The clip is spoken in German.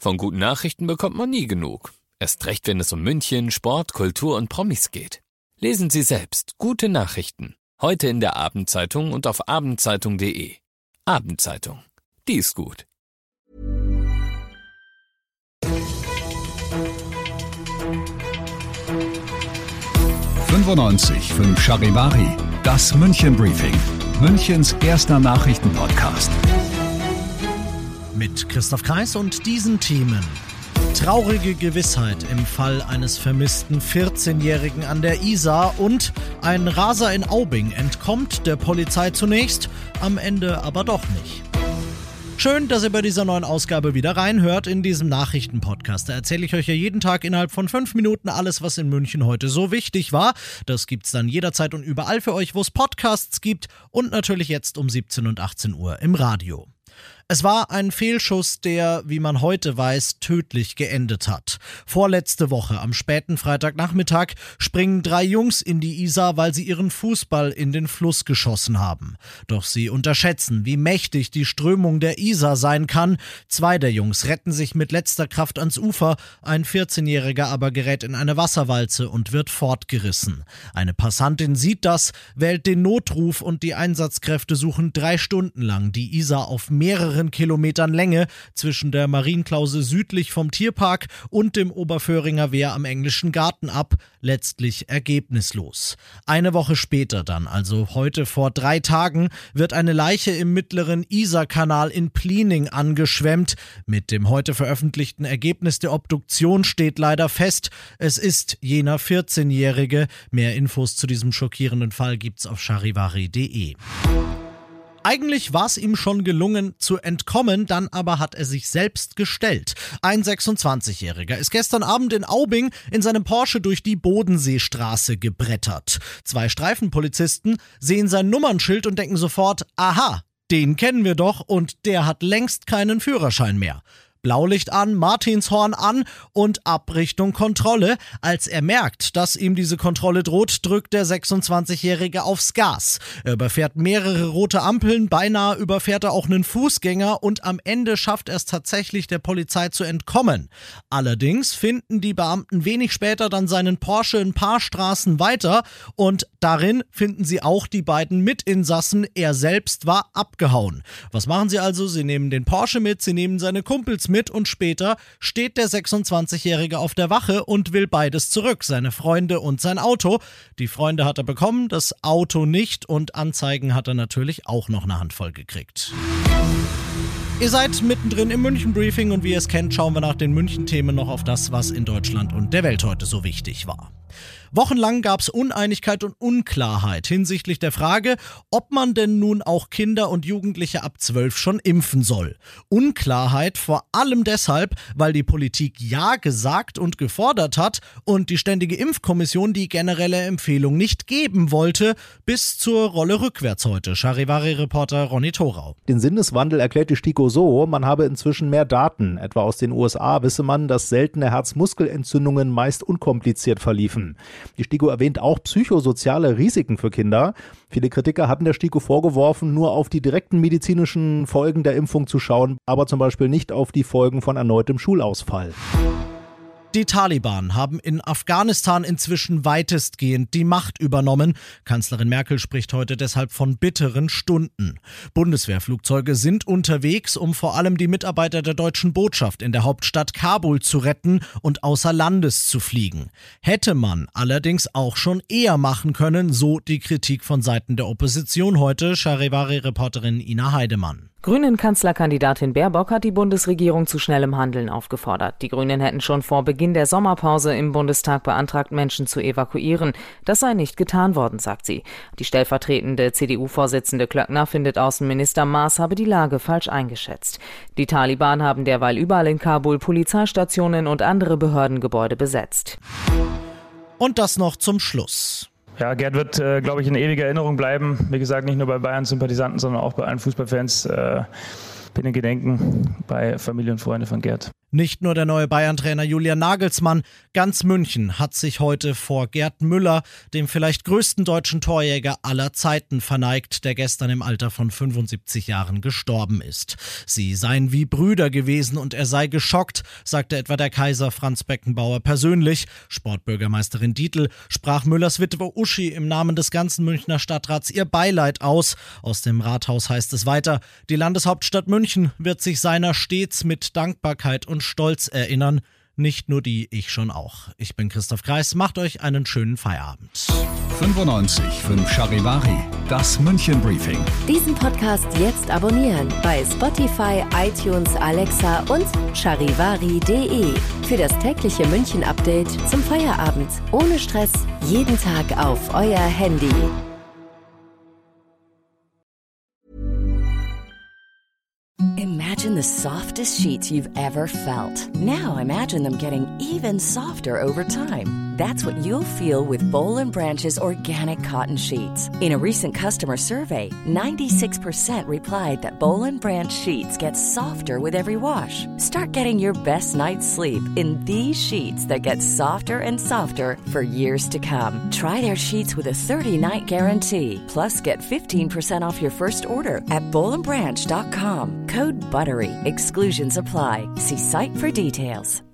Von guten Nachrichten bekommt man nie genug. Erst recht, wenn es um München, Sport, Kultur und Promis geht. Lesen Sie selbst gute Nachrichten. Heute in der Abendzeitung und auf abendzeitung.de. Abendzeitung. Die ist gut. 95.5 Charivari, das München Briefing, Münchens erster Nachrichtenpodcast. Mit Christoph Kreis und diesen Themen. Traurige Gewissheit im Fall eines vermissten 14-Jährigen an der Isar und ein Raser in Aubing entkommt der Polizei zunächst, am Ende aber doch nicht. Schön, dass ihr bei dieser neuen Ausgabe wieder reinhört in diesem Nachrichtenpodcast. Da erzähle ich euch ja jeden Tag innerhalb von 5 Minuten alles, was in München heute so wichtig war. Das gibt's dann jederzeit und überall für euch, wo es Podcasts gibt und natürlich jetzt um 17 und 18 Uhr im Radio. Es war ein Fehlschuss, der, wie man heute weiß, tödlich geendet hat. Vorletzte Woche, am späten Freitagnachmittag, springen 3 Jungs in die Isar, weil sie ihren Fußball in den Fluss geschossen haben. Doch sie unterschätzen, wie mächtig die Strömung der Isar sein kann. 2 der Jungs retten sich mit letzter Kraft ans Ufer, ein 14-Jähriger aber gerät in eine Wasserwalze und wird fortgerissen. Eine Passantin sieht das, wählt den Notruf und die Einsatzkräfte suchen 3 Stunden lang die Isar auf mehreren Kilometern Länge zwischen der Marienklause südlich vom Tierpark und dem Oberföhringer Wehr am Englischen Garten ab, letztlich ergebnislos. Eine Woche später dann, also heute vor 3 Tagen, wird eine Leiche im mittleren Isarkanal in Pliening angeschwemmt. Mit dem heute veröffentlichten Ergebnis der Obduktion steht leider fest, es ist jener 14-Jährige. Mehr Infos zu diesem schockierenden Fall gibt's auf charivari.de. Eigentlich war es ihm schon gelungen zu entkommen, dann aber hat er sich selbst gestellt. Ein 26-Jähriger ist gestern Abend in Aubing in seinem Porsche durch die Bodenseestraße gebrettert. 2 Streifenpolizisten sehen sein Nummernschild und denken sofort, aha, den kennen wir doch und der hat längst keinen Führerschein mehr. Blaulicht an, Martinshorn an und ab Richtung Kontrolle. Als er merkt, dass ihm diese Kontrolle droht, drückt der 26-Jährige aufs Gas. Er überfährt mehrere rote Ampeln, beinahe überfährt er auch einen Fußgänger und am Ende schafft er es tatsächlich, der Polizei zu entkommen. Allerdings finden die Beamten wenig später dann seinen Porsche ein paar Straßen weiter und darin finden sie auch die beiden Mitinsassen. Er selbst war abgehauen. Was machen sie also? Sie nehmen den Porsche mit, sie nehmen seine Kumpels mit und später steht der 26-Jährige auf der Wache und will beides zurück, seine Freunde und sein Auto. Die Freunde hat er bekommen, das Auto nicht und Anzeigen hat er natürlich auch noch eine Handvoll gekriegt. Ihr seid mittendrin im München-Briefing und wie ihr es kennt, schauen wir nach den München-Themen noch auf das, was in Deutschland und der Welt heute so wichtig war. Wochenlang gab es Uneinigkeit und Unklarheit hinsichtlich der Frage, ob man denn nun auch Kinder und Jugendliche ab 12 schon impfen soll. Unklarheit vor allem deshalb, weil die Politik ja gesagt und gefordert hat und die Ständige Impfkommission die generelle Empfehlung nicht geben wollte, bis zur Rolle rückwärts heute. Charivari-Reporter Ronny Thorau. Den Sinneswandel erklärt die STIKO so, man habe inzwischen mehr Daten. Etwa aus den USA wisse man, dass seltene Herzmuskelentzündungen meist unkompliziert verliefen. Die STIKO erwähnt auch psychosoziale Risiken für Kinder. Viele Kritiker hatten der STIKO vorgeworfen, nur auf die direkten medizinischen Folgen der Impfung zu schauen, aber zum Beispiel nicht auf die Folgen von erneutem Schulausfall. Die Taliban haben in Afghanistan inzwischen weitestgehend die Macht übernommen. Kanzlerin Merkel spricht heute deshalb von bitteren Stunden. Bundeswehrflugzeuge sind unterwegs, um vor allem die Mitarbeiter der deutschen Botschaft in der Hauptstadt Kabul zu retten und außer Landes zu fliegen. Hätte man allerdings auch schon eher machen können, so die Kritik von Seiten der Opposition heute. Charivari-Reporterin Ina Heidemann. Grünen-Kanzlerkandidatin Baerbock hat die Bundesregierung zu schnellem Handeln aufgefordert. Die Grünen hätten schon vor Beginn der Sommerpause im Bundestag beantragt, Menschen zu evakuieren. Das sei nicht getan worden, sagt sie. Die stellvertretende CDU-Vorsitzende Klöckner findet, Außenminister Maas habe die Lage falsch eingeschätzt. Die Taliban haben derweil überall in Kabul Polizeistationen und andere Behördengebäude besetzt. Und das noch zum Schluss. Ja, Gerd wird, glaube ich, in ewiger Erinnerung bleiben. Wie gesagt, nicht nur bei Bayern-Sympathisanten, sondern auch bei allen Fußballfans. bin in Gedenken bei Familie und Freunde von Gerd. Nicht nur der neue Bayern-Trainer Julian Nagelsmann, ganz München hat sich heute vor Gerd Müller, dem vielleicht größten deutschen Torjäger aller Zeiten, verneigt, der gestern im Alter von 75 Jahren gestorben ist. Sie seien wie Brüder gewesen und er sei geschockt, sagte etwa der Kaiser Franz Beckenbauer persönlich. Sportbürgermeisterin Dietl sprach Müllers Witwe Uschi im Namen des ganzen Münchner Stadtrats ihr Beileid aus. Aus dem Rathaus heißt es weiter, die Landeshauptstadt München wird sich seiner stets mit Dankbarkeit und Stolz erinnern. Nicht nur die, ich schon auch. Ich bin Christoph Kreis, macht euch einen schönen Feierabend. 95.5 Charivari, das München Briefing. Diesen Podcast jetzt abonnieren bei Spotify, iTunes, Alexa und charivari.de. Für das tägliche München-Update zum Feierabend. Ohne Stress, jeden Tag auf euer Handy. Imagine the softest sheets you've ever felt. Now imagine them getting even softer over time. That's what you'll feel with Boll & Branch's organic cotton sheets. In a recent customer survey, 96% replied that Boll & Branch sheets get softer with every wash. Start getting your best night's sleep in these sheets that get softer and softer for years to come. Try their sheets with a 30-night guarantee. Plus, get 15% off your first order at bollandbranch.com. Code BUTTERY. Exclusions apply. See site for details.